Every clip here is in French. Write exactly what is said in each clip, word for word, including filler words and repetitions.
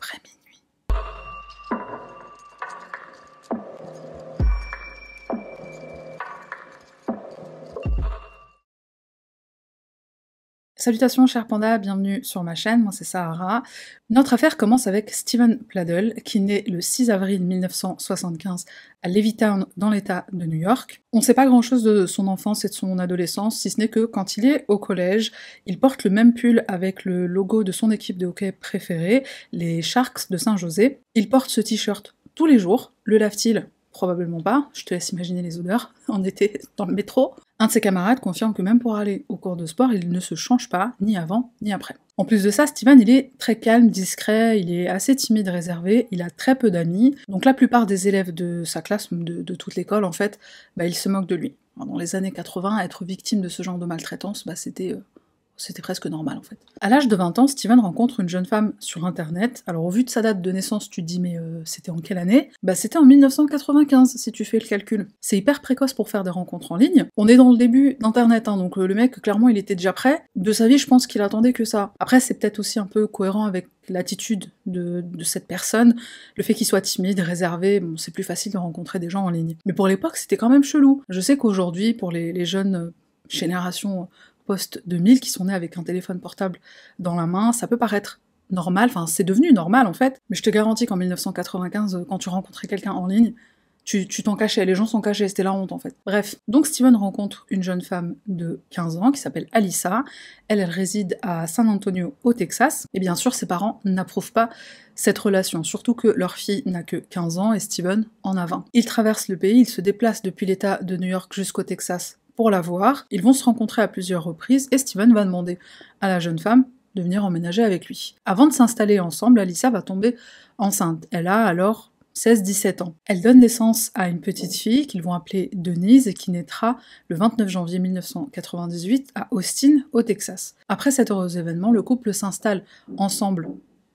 après minuit. Salutations chers pandas, bienvenue sur ma chaîne, moi c'est Sahara. Notre affaire commence avec Steven Pladdle, qui naît le six avril mille neuf cent soixante-quinze à Levittown dans l'état de New York. On sait pas grand chose de son enfance et de son adolescence, si ce n'est que quand il est au collège, il porte le même pull avec le logo de son équipe de hockey préférée, les Sharks de Saint-José. Il porte ce t-shirt tous les jours, le lave-t-il? Probablement pas, je te laisse imaginer les odeurs, en été dans le métro. Un de ses camarades confirme que même pour aller au cours de sport, il ne se change pas, ni avant, ni après. En plus de ça, Steven, il est très calme, discret, il est assez timide, réservé, il a très peu d'amis, donc la plupart des élèves de sa classe, de, de toute l'école en fait, bah, ils se moquent de lui. Alors, dans les années quatre-vingts, être victime de ce genre de maltraitance, bah, c'était... Euh, C'était presque normal en fait. À l'âge de vingt ans, Steven rencontre une jeune femme sur internet. Alors au vu de sa date de naissance, tu te dis mais euh, c'était en quelle année? Bah c'était en mille neuf cent quatre-vingt-quinze si tu fais le calcul. C'est hyper précoce pour faire des rencontres en ligne. On est dans le début d'internet, hein, donc euh, le mec clairement il était déjà prêt. De sa vie je pense qu'il attendait que ça. Après c'est peut-être aussi un peu cohérent avec l'attitude de, de cette personne, le fait qu'il soit timide, réservé, bon c'est plus facile de rencontrer des gens en ligne. Mais pour l'époque c'était quand même chelou. Je sais qu'aujourd'hui pour les, les jeunes euh, générations post deux mille qui sont nés avec un téléphone portable dans la main, ça peut paraître normal, enfin c'est devenu normal en fait, mais je te garantis qu'en mille neuf cent quatre-vingt-quinze, quand tu rencontrais quelqu'un en ligne, tu t'en cachais, les gens s'en cachaient, c'était la honte en fait. Bref, donc Steven rencontre une jeune femme de quinze ans qui s'appelle Alyssa, elle, elle réside à San Antonio au Texas, et bien sûr ses parents n'approuvent pas cette relation, surtout que leur fille n'a que quinze ans et Steven en a vingt. Ils traversent le pays, ils se déplacent depuis l'état de New York jusqu'au Texas pour la voir, ils vont se rencontrer à plusieurs reprises et Steven va demander à la jeune femme de venir emménager avec lui. Avant de s'installer ensemble, Alyssa va tomber enceinte. Elle a alors seize dix-sept ans. Elle donne naissance à une petite fille qu'ils vont appeler Denise et qui naîtra le vingt-neuf janvier mille neuf cent quatre-vingt-dix-huit à Austin, au Texas. Après cet heureux événement, le couple s'installe ensemble.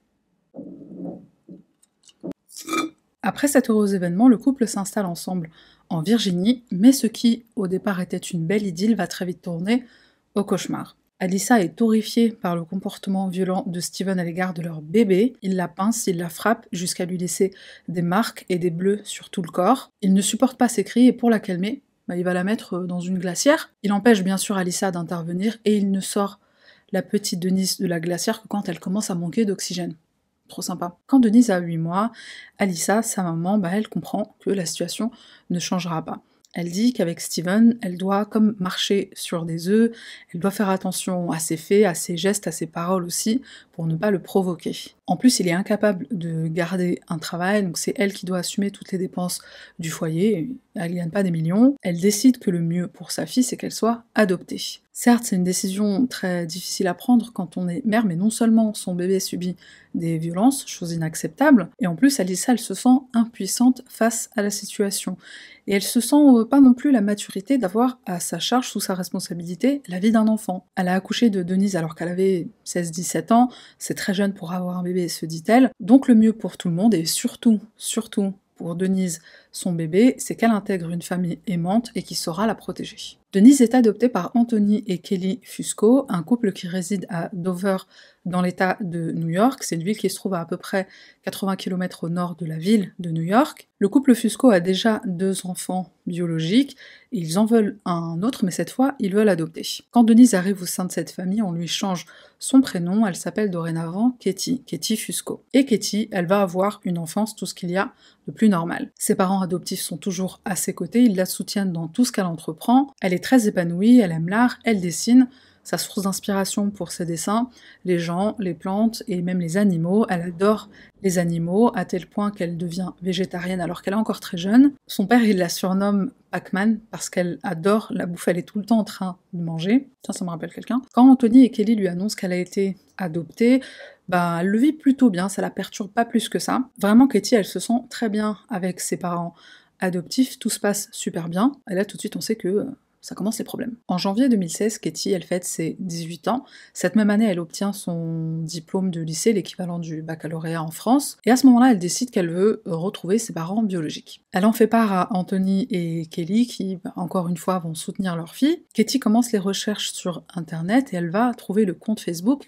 Après cet heureux événement, le couple s'installe ensemble en Virginie, mais ce qui, au départ, était une belle idylle va très vite tourner au cauchemar. Alyssa est horrifiée par le comportement violent de Steven à l'égard de leur bébé. Il la pince, il la frappe, jusqu'à lui laisser des marques et des bleus sur tout le corps. Il ne supporte pas ses cris et pour la calmer, bah, il va la mettre dans une glacière. Il empêche bien sûr Alyssa d'intervenir et il ne sort la petite Denise de la glacière que quand elle commence à manquer d'oxygène. Trop sympa. Quand Denise a huit mois, Alyssa, sa maman, bah, elle comprend que la situation ne changera pas. Elle dit qu'avec Steven, elle doit comme marcher sur des œufs, elle doit faire attention à ses faits, à ses gestes, à ses paroles aussi, pour ne pas le provoquer. En plus, il est incapable de garder un travail, donc c'est elle qui doit assumer toutes les dépenses du foyer, elle gagne pas des millions. Elle décide que le mieux pour sa fille, c'est qu'elle soit adoptée. Certes, c'est une décision très difficile à prendre quand on est mère, mais non seulement son bébé subit des violences, chose inacceptable, et en plus Alyssa, elle se sent impuissante face à la situation. Et elle se sent euh, pas non plus la maturité d'avoir à sa charge, sous sa responsabilité, la vie d'un enfant. Elle a accouché de Denise alors qu'elle avait seize dix-sept ans, c'est très jeune pour avoir un bébé, se dit-elle, donc le mieux pour tout le monde, et surtout, surtout pour Denise, son bébé, c'est qu'elle intègre une famille aimante et qui saura la protéger. Denise est adoptée par Anthony et Kelly Fusco, un couple qui réside à Dover dans l'état de New York. C'est une ville qui se trouve à à peu près quatre-vingts kilomètres au nord de la ville de New York. Le couple Fusco a déjà deux enfants biologiques, et ils en veulent un autre, mais cette fois, ils veulent adopter. Quand Denise arrive au sein de cette famille, on lui change son prénom, elle s'appelle dorénavant Katie, Katie Fusco. Et Katie, elle va avoir une enfance, tout ce qu'il y a de plus normal. Ses parents adoptifs sont toujours à ses côtés, ils la soutiennent dans tout ce qu'elle entreprend, elle est très épanouie, elle aime l'art, elle dessine, sa source d'inspiration pour ses dessins, les gens, les plantes et même les animaux. Elle adore les animaux, à tel point qu'elle devient végétarienne alors qu'elle est encore très jeune. Son père, il la surnomme Pac-Man parce qu'elle adore la bouffe, elle est tout le temps en train de manger. Tiens, ça me rappelle quelqu'un. Quand Anthony et Kelly lui annoncent qu'elle a été adoptée, bah, elle le vit plutôt bien, ça la perturbe pas plus que ça. Vraiment, Katie, elle se sent très bien avec ses parents adoptifs, tout se passe super bien. Et là, tout de suite, on sait que ça commence les problèmes. En janvier deux mille seize, Katie, elle fête ses dix-huit ans. Cette même année, elle obtient son diplôme de lycée, l'équivalent du baccalauréat en France, et à ce moment-là, elle décide qu'elle veut retrouver ses parents biologiques. Elle en fait part à Anthony et Kelly, qui, encore une fois, vont soutenir leur fille. Katie commence les recherches sur Internet, et elle va trouver le compte Facebook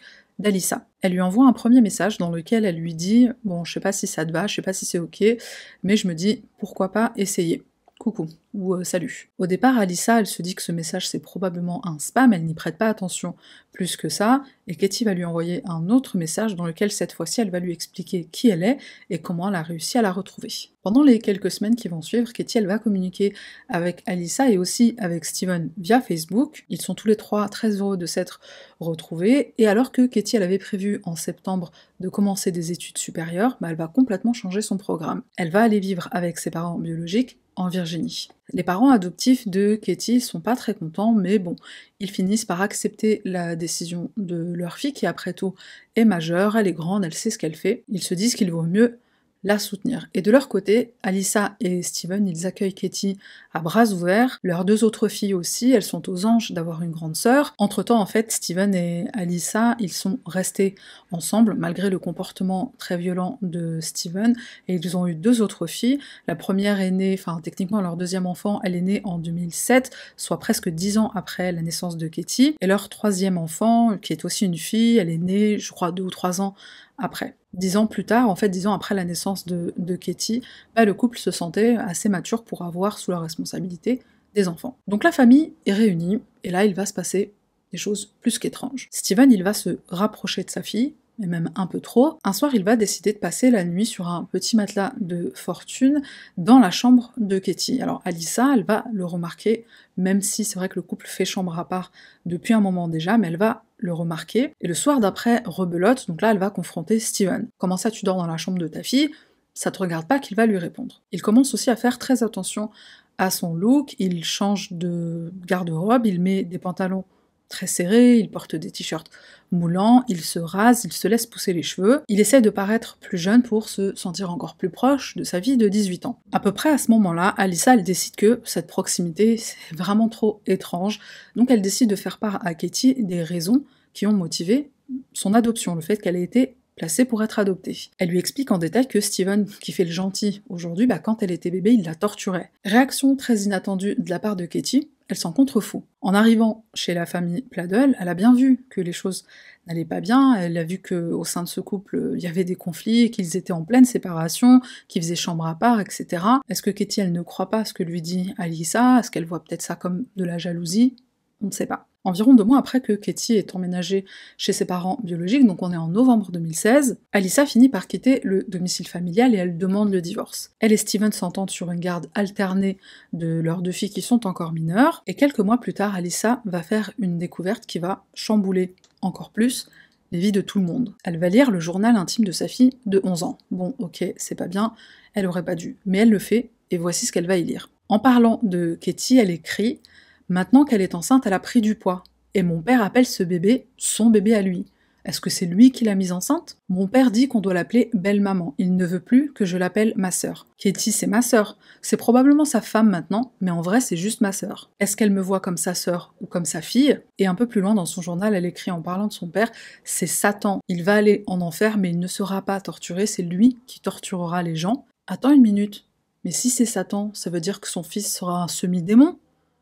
d'Alyssa. Elle lui envoie un premier message dans lequel elle lui dit « Bon, je sais pas si ça te va, je sais pas si c'est ok, mais je me dis pourquoi pas essayer. Coucou » ou euh, « Salut ». Au départ, Alyssa, elle se dit que ce message c'est probablement un spam, elle n'y prête pas attention plus que ça, et Katie va lui envoyer un autre message dans lequel cette fois-ci elle va lui expliquer qui elle est et comment elle a réussi à la retrouver. Pendant les quelques semaines qui vont suivre, Katie elle va communiquer avec Alyssa et aussi avec Steven via Facebook. Ils sont tous les trois très heureux de s'être retrouvés, et alors que Katie elle avait prévu en septembre de commencer des études supérieures, bah, elle va complètement changer son programme. Elle va aller vivre avec ses parents biologiques en Virginie. Les parents adoptifs de Katie sont pas très contents, mais bon, ils finissent par accepter la décision de leur fille qui après tout est majeure, elle est grande, elle sait ce qu'elle fait. Ils se disent qu'il vaut mieux la soutenir. Et de leur côté, Alyssa et Steven, ils accueillent Katie à bras ouverts, leurs deux autres filles aussi, elles sont aux anges d'avoir une grande sœur. Entre-temps, en fait, Steven et Alyssa, ils sont restés ensemble, malgré le comportement très violent de Steven, et ils ont eu deux autres filles. La première est née, enfin techniquement leur deuxième enfant, elle est née en deux mille sept, soit presque dix ans après la naissance de Katie, et leur troisième enfant, qui est aussi une fille, elle est née, je crois, deux ou trois ans après. Dix ans plus tard, en fait dix ans après la naissance de, de Katie, bah, le couple se sentait assez mature pour avoir sous leur responsabilité des enfants. Donc la famille est réunie, et là il va se passer des choses plus qu'étranges. Steven, il va se rapprocher de sa fille, et même un peu trop. Un soir, il va décider de passer la nuit sur un petit matelas de fortune dans la chambre de Katie. Alors Alyssa, elle va le remarquer, même si c'est vrai que le couple fait chambre à part depuis un moment déjà, mais elle va le remarquer. Et le soir d'après, rebelote, donc là elle va confronter Steven. « Comment ça tu dors dans la chambre de ta fille ? Ça te regarde pas » qu'il va lui répondre. Il commence aussi à faire très attention à son look, il change de garde-robe, il met des pantalons très serrés, il porte des t-shirts moulants, il se rase, il se laisse pousser les cheveux, il essaie de paraître plus jeune pour se sentir encore plus proche de sa vie de dix-huit ans. À peu près à ce moment-là, Alyssa, elle décide que cette proximité, c'est vraiment trop étrange, donc elle décide de faire part à Katie des raisons qui ont motivé son adoption, le fait qu'elle ait été placée pour être adoptée. Elle lui explique en détail que Steven, qui fait le gentil aujourd'hui, bah, quand elle était bébé, il la torturait. Réaction très inattendue de la part de Katie, elle s'en contrefout. En arrivant chez la famille Pladel, elle a bien vu que les choses n'allaient pas bien, elle a vu qu'au sein de ce couple, il y avait des conflits, qu'ils étaient en pleine séparation, qu'ils faisaient chambre à part, et cetera. Est-ce que Katie, elle ne croit pas à ce que lui dit Alyssa? Est-ce qu'elle voit peut-être ça comme de la jalousie? On ne sait pas. Environ deux mois après que Katie est emménagée chez ses parents biologiques, donc on est en novembre deux mille seize, Alyssa finit par quitter le domicile familial et elle demande le divorce. Elle et Steven s'entendent sur une garde alternée de leurs deux filles qui sont encore mineures, et quelques mois plus tard, Alyssa va faire une découverte qui va chambouler encore plus les vies de tout le monde. Elle va lire le journal intime de sa fille de onze ans. Bon, ok, c'est pas bien, elle aurait pas dû, mais elle le fait, et voici ce qu'elle va y lire. En parlant de Katie, elle écrit « Maintenant qu'elle est enceinte, elle a pris du poids. Et mon père appelle ce bébé son bébé à lui. Est-ce que c'est lui qui l'a mise enceinte? Mon père dit qu'on doit l'appeler belle-maman. Il ne veut plus que je l'appelle ma sœur. Katie, c'est ma sœur. C'est probablement sa femme maintenant, mais en vrai, c'est juste ma sœur. Est-ce qu'elle me voit comme sa sœur ou comme sa fille? Et un peu plus loin dans son journal, elle écrit en parlant de son père, c'est Satan. Il va aller en enfer, mais il ne sera pas torturé. C'est lui qui torturera les gens. Attends une minute. Mais si c'est Satan, ça veut dire que son fils sera un semi-démon?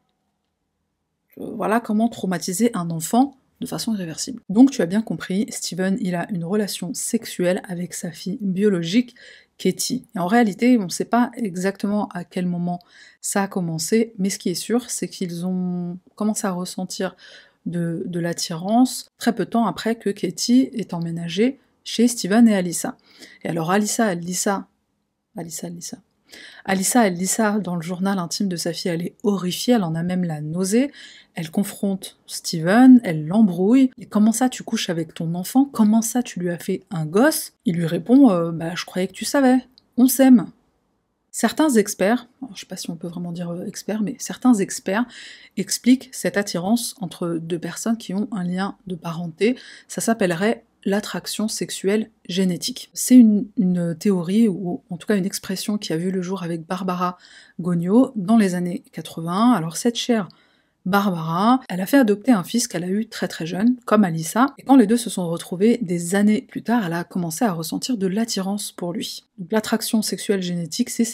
Voilà comment traumatiser un enfant de façon irréversible. Donc tu as bien compris, Steven, il a une relation sexuelle avec sa fille biologique, Katie. Et en réalité, on ne sait pas exactement à quel moment ça a commencé, mais ce qui est sûr, c'est qu'ils ont commencé à ressentir de, de l'attirance très peu de temps après que Katie est emménagée chez Steven et Alyssa. Et alors Alyssa, Alyssa, Alyssa, Alyssa, Alyssa, elle lit ça dans le journal intime de sa fille, elle est horrifiée, elle en a même la nausée, elle confronte Steven, elle l'embrouille, et comment ça tu couches avec ton enfant? Comment ça tu lui as fait un gosse? Il lui répond euh, bah je croyais que tu savais, on s'aime. Certains experts, alors, je sais pas si on peut vraiment dire euh, experts, mais certains experts expliquent cette attirance entre deux personnes qui ont un lien de parenté, ça s'appellerait l'attraction sexuelle génétique. C'est une, une théorie, ou en tout cas une expression qui a vu le jour avec Barbara Gogno dans les années quatre-vingts. Alors cette chère Barbara, elle a fait adopter un fils qu'elle a eu très très jeune, comme Alyssa, et quand les deux se sont retrouvés des années plus tard, elle a commencé à ressentir de l'attirance pour lui. Donc l'attraction sexuelle génétique, c'est cette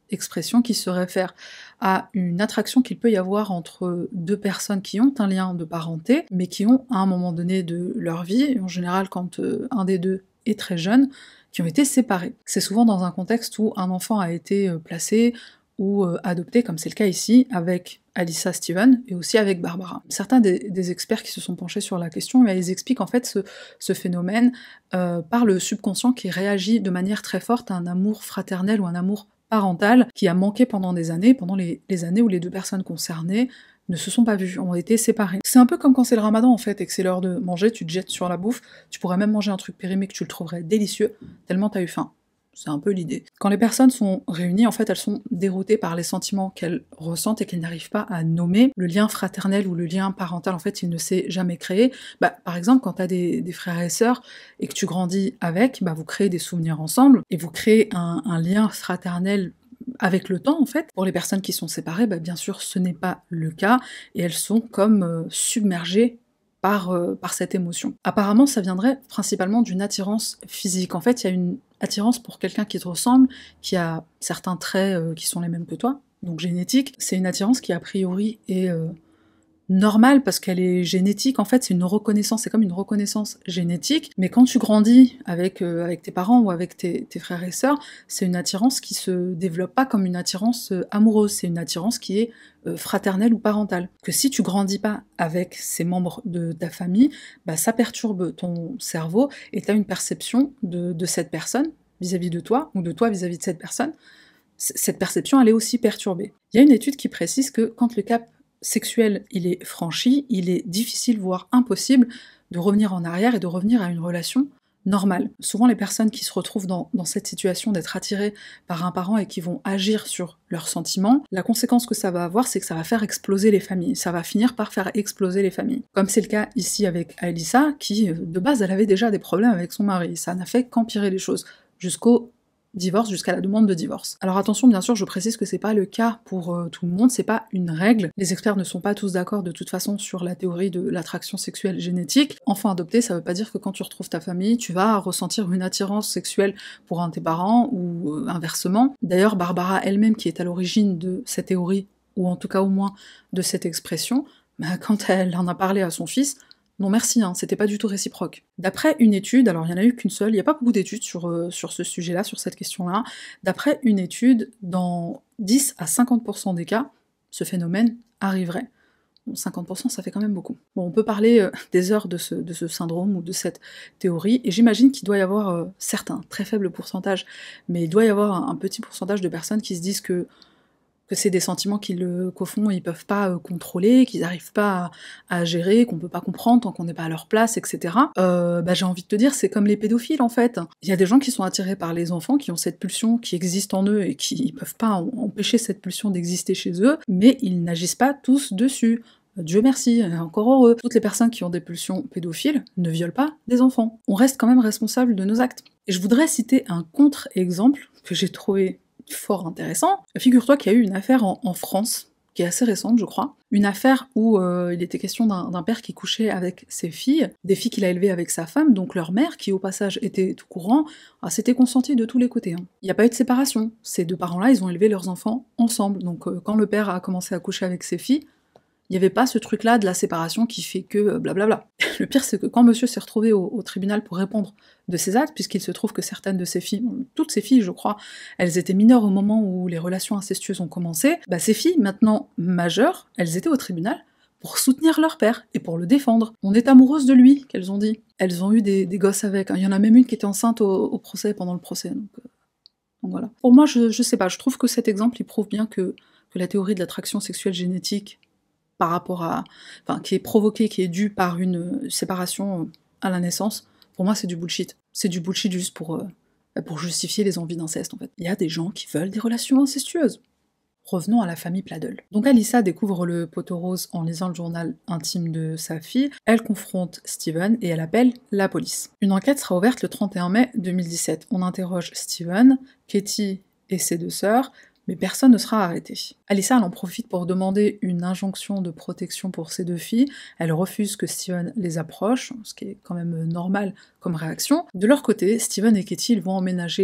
expression qui se réfère à une attraction qu'il peut y avoir entre deux personnes qui ont un lien de parenté, mais qui ont, à un moment donné de leur vie, en général quand euh, un des deux est très jeune, qui ont été séparés. C'est souvent dans un contexte où un enfant a été euh, placé ou euh, adopté, comme c'est le cas ici, avec Alyssa Steven et aussi avec Barbara. Certains des, des experts qui se sont penchés sur la question, ils expliquent en fait ce, ce phénomène euh, par le subconscient qui réagit de manière très forte à un amour fraternel ou un amour parental qui a manqué pendant des années, pendant les, les années où les deux personnes concernées ne se sont pas vues, ont été séparées. C'est un peu comme quand c'est le ramadan en fait, et que c'est l'heure de manger, tu te jettes sur la bouffe, tu pourrais même manger un truc périmé que tu le trouverais délicieux, tellement t'as eu faim. C'est un peu l'idée. Quand les personnes sont réunies, en fait, elles sont déroutées par les sentiments qu'elles ressentent et qu'elles n'arrivent pas à nommer. Le lien fraternel ou le lien parental, en fait, il ne s'est jamais créé. Bah, par exemple, quand t'as des, des frères et sœurs et que tu grandis avec, bah, vous créez des souvenirs ensemble et vous créez un, un lien fraternel avec le temps, en fait. Pour les personnes qui sont séparées, bah, bien sûr, ce n'est pas le cas et elles sont comme euh, submergées Par, euh, par cette émotion. Apparemment, ça viendrait principalement d'une attirance physique. En fait, il y a une attirance pour quelqu'un qui te ressemble, qui a certains traits euh, qui sont les mêmes que toi, donc génétique. C'est une attirance qui, a priori, est euh, normale parce qu'elle est génétique. En fait, c'est une reconnaissance, c'est comme une reconnaissance génétique. Mais quand tu grandis avec, euh, avec tes parents ou avec tes, tes frères et sœurs, c'est une attirance qui se développe pas comme une attirance euh, amoureuse. C'est une attirance qui est euh, fraternelle ou parentale. Que si tu grandis pas avec ces membres de ta famille, bah, ça perturbe ton cerveau et tu as une perception de, de cette personne vis-à-vis de toi ou de toi vis-à-vis de cette personne. C- cette perception, elle est aussi perturbée. Il y a une étude qui précise que quand le cap sexuel il est franchi, il est difficile, voire impossible, de revenir en arrière et de revenir à une relation normale. Souvent, les personnes qui se retrouvent dans, dans cette situation d'être attirées par un parent et qui vont agir sur leurs sentiments, la conséquence que ça va avoir, c'est que ça va faire exploser les familles. Ça va finir par faire exploser les familles. Comme c'est le cas ici avec Alyssa, qui, de base, elle avait déjà des problèmes avec son mari. Ça n'a fait qu'empirer les choses, jusqu'au divorce, jusqu'à la demande de divorce. Alors attention, bien sûr, je précise que c'est pas le cas pour euh, tout le monde, c'est pas une règle. Les experts ne sont pas tous d'accord de toute façon sur la théorie de l'attraction sexuelle génétique. Enfant adopté, ça veut pas dire que quand tu retrouves ta famille, tu vas ressentir une attirance sexuelle pour un de tes parents ou euh, inversement. D'ailleurs, Barbara elle-même, qui est à l'origine de cette théorie, ou en tout cas au moins de cette expression, bah, quand elle en a parlé à son fils, non merci, hein, c'était pas du tout réciproque. D'après une étude, alors il y en a eu qu'une seule, il n'y a pas beaucoup d'études sur, euh, sur ce sujet-là, sur cette question-là, d'après une étude, dans dix à cinquante pour cent des cas, ce phénomène arriverait. Bon, cinquante pour cent, ça fait quand même beaucoup. Bon, on peut parler euh, des heures de ce, de ce syndrome ou de cette théorie, et j'imagine qu'il doit y avoir euh, certains, très faibles pourcentages, mais il doit y avoir un, un petit pourcentage de personnes qui se disent que que c'est des sentiments qu'ils, euh, qu'au fond, ils peuvent pas euh, contrôler, qu'ils n'arrivent pas à, à gérer, qu'on peut pas comprendre tant qu'on n'est pas à leur place, et cetera. Euh, bah, j'ai envie de te dire, c'est comme les pédophiles, en fait. Il y a des gens qui sont attirés par les enfants, qui ont cette pulsion qui existe en eux et qui peuvent pas en- empêcher cette pulsion d'exister chez eux, mais ils n'agissent pas tous dessus. Dieu merci, encore heureux. Toutes les personnes qui ont des pulsions pédophiles ne violent pas des enfants. On reste quand même responsable de nos actes. Et je voudrais citer un contre-exemple que j'ai trouvé fort intéressant. Figure-toi qu'il y a eu une affaire en, en France, qui est assez récente, je crois. Une affaire où euh, il était question d'un, d'un père qui couchait avec ses filles, des filles qu'il a élevées avec sa femme, donc leur mère, qui au passage était tout courant, ah, c'était consenti de tous les côtés. Hein. Il n'y a pas eu de séparation. Ces deux parents-là, ils ont élevé leurs enfants ensemble. Donc euh, quand le père a commencé à coucher avec ses filles, il n'y avait pas ce truc-là de la séparation qui fait que blablabla. Le pire, c'est que quand monsieur s'est retrouvé au, au tribunal pour répondre de ses actes, puisqu'il se trouve que certaines de ses filles, toutes ses filles, je crois, elles étaient mineures au moment où les relations incestueuses ont commencé, bah ces filles, maintenant majeures, elles étaient au tribunal pour soutenir leur père et pour le défendre. On est amoureuse de lui, qu'elles ont dit. Elles ont eu des, des gosses avec. Hein. Il y en a même une qui était enceinte au, au procès, pendant le procès. Donc, euh, donc voilà. Pour moi, je, je sais pas, je trouve que cet exemple, il prouve bien que, que la théorie de l'attraction sexuelle génétique par rapport à... Enfin, qui est provoquée, qui est due par une séparation à la naissance, pour moi c'est du bullshit. C'est du bullshit juste pour, euh, pour justifier les envies d'inceste en fait. Il y a des gens qui veulent des relations incestueuses. Revenons à la famille Pladel. Donc Alyssa découvre le poteau rose en lisant le journal intime de sa fille, elle confronte Steven et elle appelle la police. Une enquête sera ouverte le trente et un mai deux mille dix-sept. On interroge Steven, Katie et ses deux sœurs, mais personne ne sera arrêté. Alyssa, elle en profite pour demander une injonction de protection pour ses deux filles, elle refuse que Steven les approche, ce qui est quand même normal comme réaction. De leur côté, Steven et Katie ils vont emménager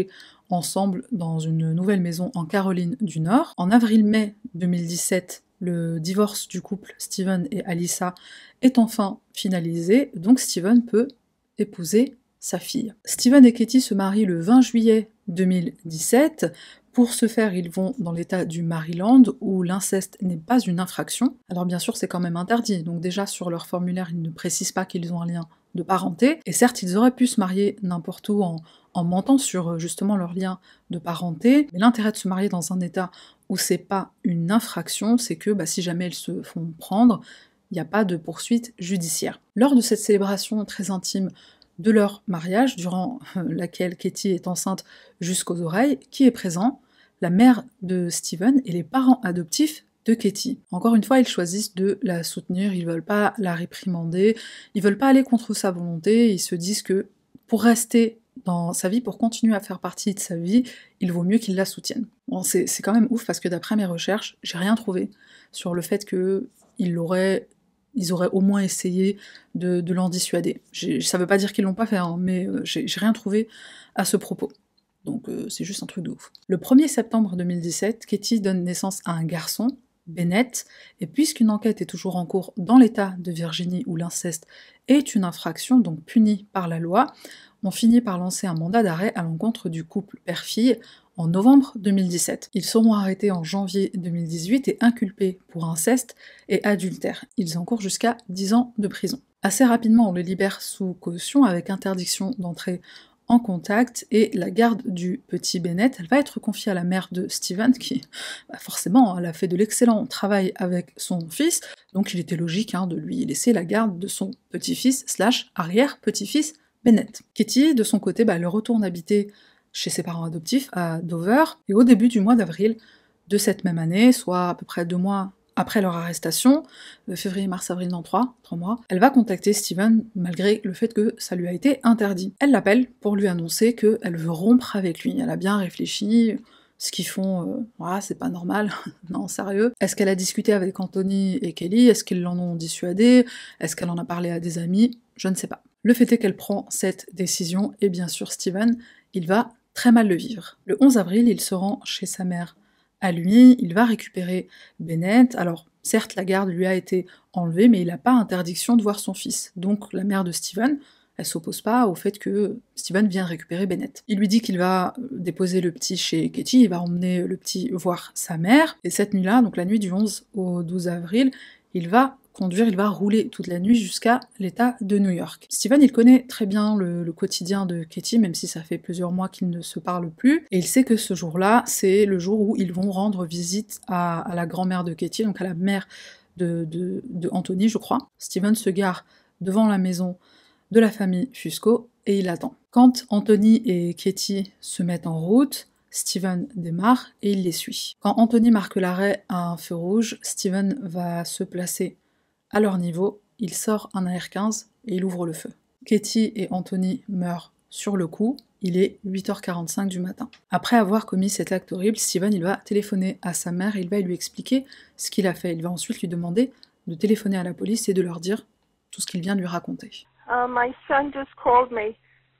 ensemble dans une nouvelle maison en Caroline du Nord. En avril-mai deux mille dix-sept, le divorce du couple Steven et Alyssa est enfin finalisé, donc Steven peut épouser sa fille. Steven et Katie se marient le vingt juillet deux mille dix-sept. Pour ce faire, ils vont dans l'état du Maryland, où l'inceste n'est pas une infraction. Alors bien sûr, c'est quand même interdit, donc déjà sur leur formulaire, ils ne précisent pas qu'ils ont un lien de parenté, et certes, ils auraient pu se marier n'importe où en, en mentant sur justement leur lien de parenté, mais l'intérêt de se marier dans un état où c'est pas une infraction, c'est que bah, si jamais elles se font prendre, il n'y a pas de poursuite judiciaire. Lors de cette célébration très intime de leur mariage, durant laquelle Katie est enceinte jusqu'aux oreilles, qui est présent? La mère de Steven et les parents adoptifs de Katie. Encore une fois, ils choisissent de la soutenir, ils veulent pas la réprimander, ils veulent pas aller contre sa volonté, ils se disent que pour rester dans sa vie, pour continuer à faire partie de sa vie, il vaut mieux qu'ils la soutiennent. Bon, c'est, c'est quand même ouf parce que d'après mes recherches, j'ai rien trouvé sur le fait qu'ils l'auraient ils auraient au moins essayé de, de l'en dissuader. J'ai, ça veut pas dire qu'ils l'ont pas fait, hein, mais euh, j'ai, j'ai rien trouvé à ce propos. Donc euh, c'est juste un truc de ouf. Le premier septembre deux mille dix-sept, Katie donne naissance à un garçon, Bennett, et puisqu'une enquête est toujours en cours dans l'État de Virginie où l'inceste est une infraction, donc punie par la loi, on finit par lancer un mandat d'arrêt à l'encontre du couple père-fille en novembre deux mille dix-sept. Ils seront arrêtés en janvier deux mille dix-huit et inculpés pour inceste et adultère. Ils encourent jusqu'à dix ans de prison. Assez rapidement, on les libère sous caution avec interdiction d'entrer en contact, et la garde du petit Bennett, elle va être confiée à la mère de Steven, qui, bah forcément, elle a fait de l'excellent travail avec son fils, donc il était logique hein, de lui laisser la garde de son petit-fils slash arrière-petit-fils Bennett. Katie, de son côté, bah, elle retourne habiter chez ses parents adoptifs à Dover, et au début du mois d'avril de cette même année, soit à peu près deux mois après leur arrestation, février, mars, avril, dans trois, trois mois, elle va contacter Steven malgré le fait que ça lui a été interdit. Elle l'appelle pour lui annoncer qu'elle veut rompre avec lui. Elle a bien réfléchi, ce qu'ils font, euh, voilà, c'est pas normal, non, sérieux. Est-ce qu'elle a discuté avec Anthony et Kelly? Est-ce qu'ils l'en ont dissuadé? Est-ce qu'elle en a parlé à des amis? Je ne sais pas. Le fait est qu'elle prend cette décision, et bien sûr Steven, il va très mal le vivre. Le onze avril, il se rend chez sa mère à lui, il va récupérer Bennett. Alors, certes, la garde lui a été enlevée, mais il n'a pas interdiction de voir son fils. Donc, la mère de Steven, elle s'oppose pas au fait que Steven vienne récupérer Bennett. Il lui dit qu'il va déposer le petit chez Katie, il va emmener le petit voir sa mère, et cette nuit-là, donc la nuit du onze au douze avril, il va conduire, il va rouler toute la nuit jusqu'à l'état de New York. Steven, il connaît très bien le, le quotidien de Katie, même si ça fait plusieurs mois qu'ils ne se parlent plus, et il sait que ce jour-là, c'est le jour où ils vont rendre visite à, à la grand-mère de Katie, donc à la mère de, de, de Anthony, je crois. Steven se gare devant la maison de la famille Fusco, et il attend. Quand Anthony et Katie se mettent en route, Steven démarre et il les suit. Quand Anthony marque l'arrêt à un feu rouge, Steven va se placer à leur niveau, il sort un A R quinze et il ouvre le feu. Katie et Anthony meurent sur le coup, il est huit heures quarante-cinq du matin. Après avoir commis cet acte horrible, Steven il va téléphoner à sa mère et il va lui expliquer ce qu'il a fait. Il va ensuite lui demander de téléphoner à la police et de leur dire tout ce qu'il vient de lui raconter. Uh, my son just called me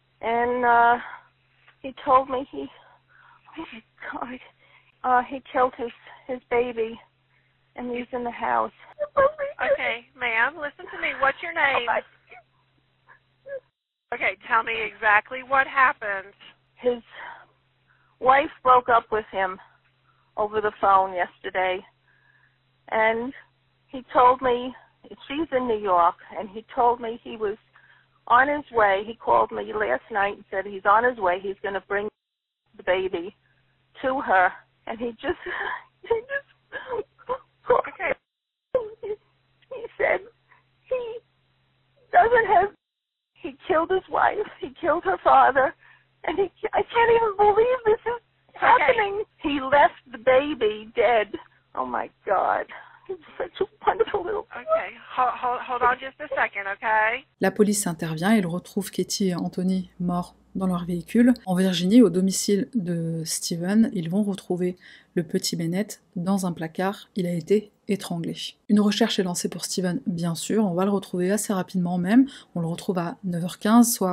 and uh, he told me he, oh my God, uh, he killed his, his baby and he's in the house. Okay, ma'am, listen to me. What's your name? Okay, tell me exactly what happened. His wife broke up with him over the phone yesterday, and he told me, she's in New York, and he told me he was on his way. He called me last night and said he's on his way. He's going to bring the baby to her, and he just, he just, Okay. He said he doesn't have, he killed his wife, he killed her father, and he, I can't even believe this is happening. Okay. He left the baby dead. Oh my God. He's such a wonderful little boy. Okay, hold, hold, hold on just a second, okay? La police intervient et il retrouve Katie et Anthony morts dans leur véhicule. En Virginie, au domicile de Steven, ils vont retrouver le petit Bennett dans un placard. Il a été étranglé. Une recherche est lancée pour Steven, bien sûr. On va le retrouver assez rapidement même. On le retrouve à neuf heures quinze, soit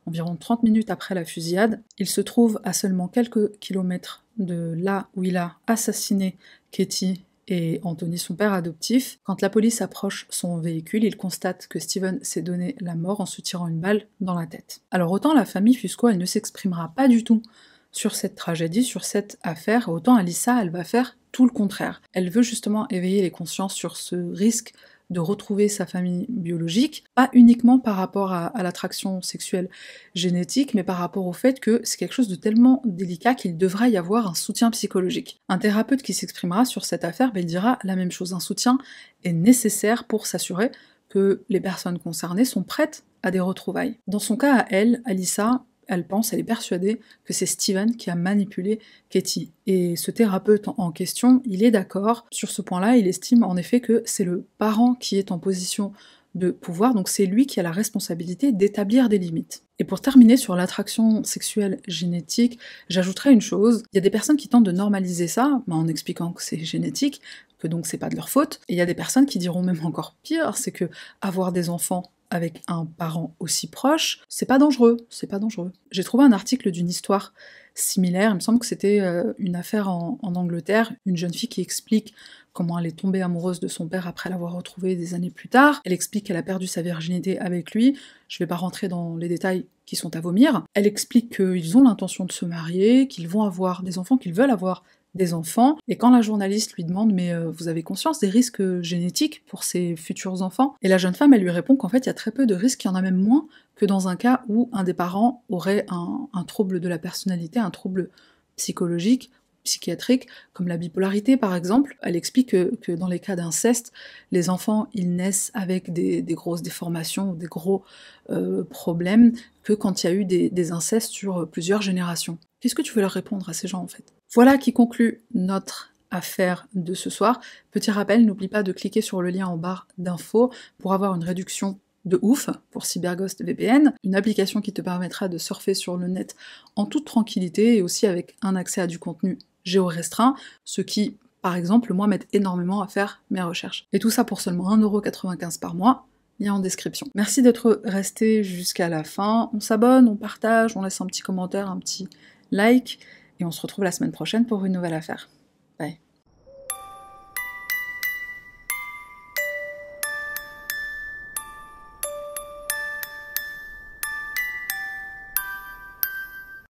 environ trente minutes après la fusillade. Il se trouve à seulement quelques kilomètres de là où il a assassiné Katie et Anthony, son père adoptif. Quand la police approche son véhicule, il constate que Steven s'est donné la mort en se tirant une balle dans la tête. Alors autant la famille Fusco, elle ne s'exprimera pas du tout sur cette tragédie, sur cette affaire, autant Alyssa, elle va faire tout le contraire. Elle veut justement éveiller les consciences sur ce risque de retrouver sa famille biologique, pas uniquement par rapport à, à l'attraction sexuelle génétique, mais par rapport au fait que c'est quelque chose de tellement délicat qu'il devrait y avoir un soutien psychologique. Un thérapeute qui s'exprimera sur cette affaire, ben, il dira la même chose, un soutien est nécessaire pour s'assurer que les personnes concernées sont prêtes à des retrouvailles. Dans son cas à elle, Alyssa, elle pense, elle est persuadée que c'est Steven qui a manipulé Katie. Et ce thérapeute en question, il est d'accord sur ce point-là, il estime en effet que c'est le parent qui est en position de pouvoir, donc c'est lui qui a la responsabilité d'établir des limites. Et pour terminer sur l'attraction sexuelle génétique, j'ajouterais une chose, il y a des personnes qui tentent de normaliser ça, en expliquant que c'est génétique, que donc c'est pas de leur faute, et il y a des personnes qui diront même encore pire, c'est que avoir des enfants avec un parent aussi proche, c'est pas dangereux, c'est pas dangereux. J'ai trouvé un article d'une histoire similaire, il me semble que c'était euh, une affaire en, en Angleterre, une jeune fille qui explique comment elle est tombée amoureuse de son père après l'avoir retrouvé des années plus tard, elle explique qu'elle a perdu sa virginité avec lui, je vais pas rentrer dans les détails qui sont à vomir, elle explique qu'ils ont l'intention de se marier, qu'ils vont avoir des enfants, qu'ils veulent avoir des enfants, et quand la journaliste lui demande « mais euh, vous avez conscience des risques génétiques pour ces futurs enfants ?» Et la jeune femme, elle lui répond qu'en fait, il y a très peu de risques, il y en a même moins que dans un cas où un des parents aurait un, un trouble de la personnalité, un trouble psychologique, psychiatrique, comme la bipolarité par exemple. Elle explique que, que dans les cas d'inceste, les enfants, ils naissent avec des, des grosses déformations, des gros euh, problèmes, que quand il y a eu des, des incestes sur plusieurs générations. Qu'est-ce que tu veux leur répondre à ces gens en fait ? Voilà qui conclut notre affaire de ce soir. Petit rappel, n'oublie pas de cliquer sur le lien en barre d'infos pour avoir une réduction de ouf pour CyberGhost V P N, une application qui te permettra de surfer sur le net en toute tranquillité et aussi avec un accès à du contenu géorestreint, ce qui, par exemple, moi m'aide énormément à faire mes recherches. Et tout ça pour seulement un euro quatre-vingt-quinze par mois, lien en description. Merci d'être resté jusqu'à la fin, on s'abonne, on partage, on laisse un petit commentaire, un petit like, et on se retrouve la semaine prochaine pour une nouvelle affaire.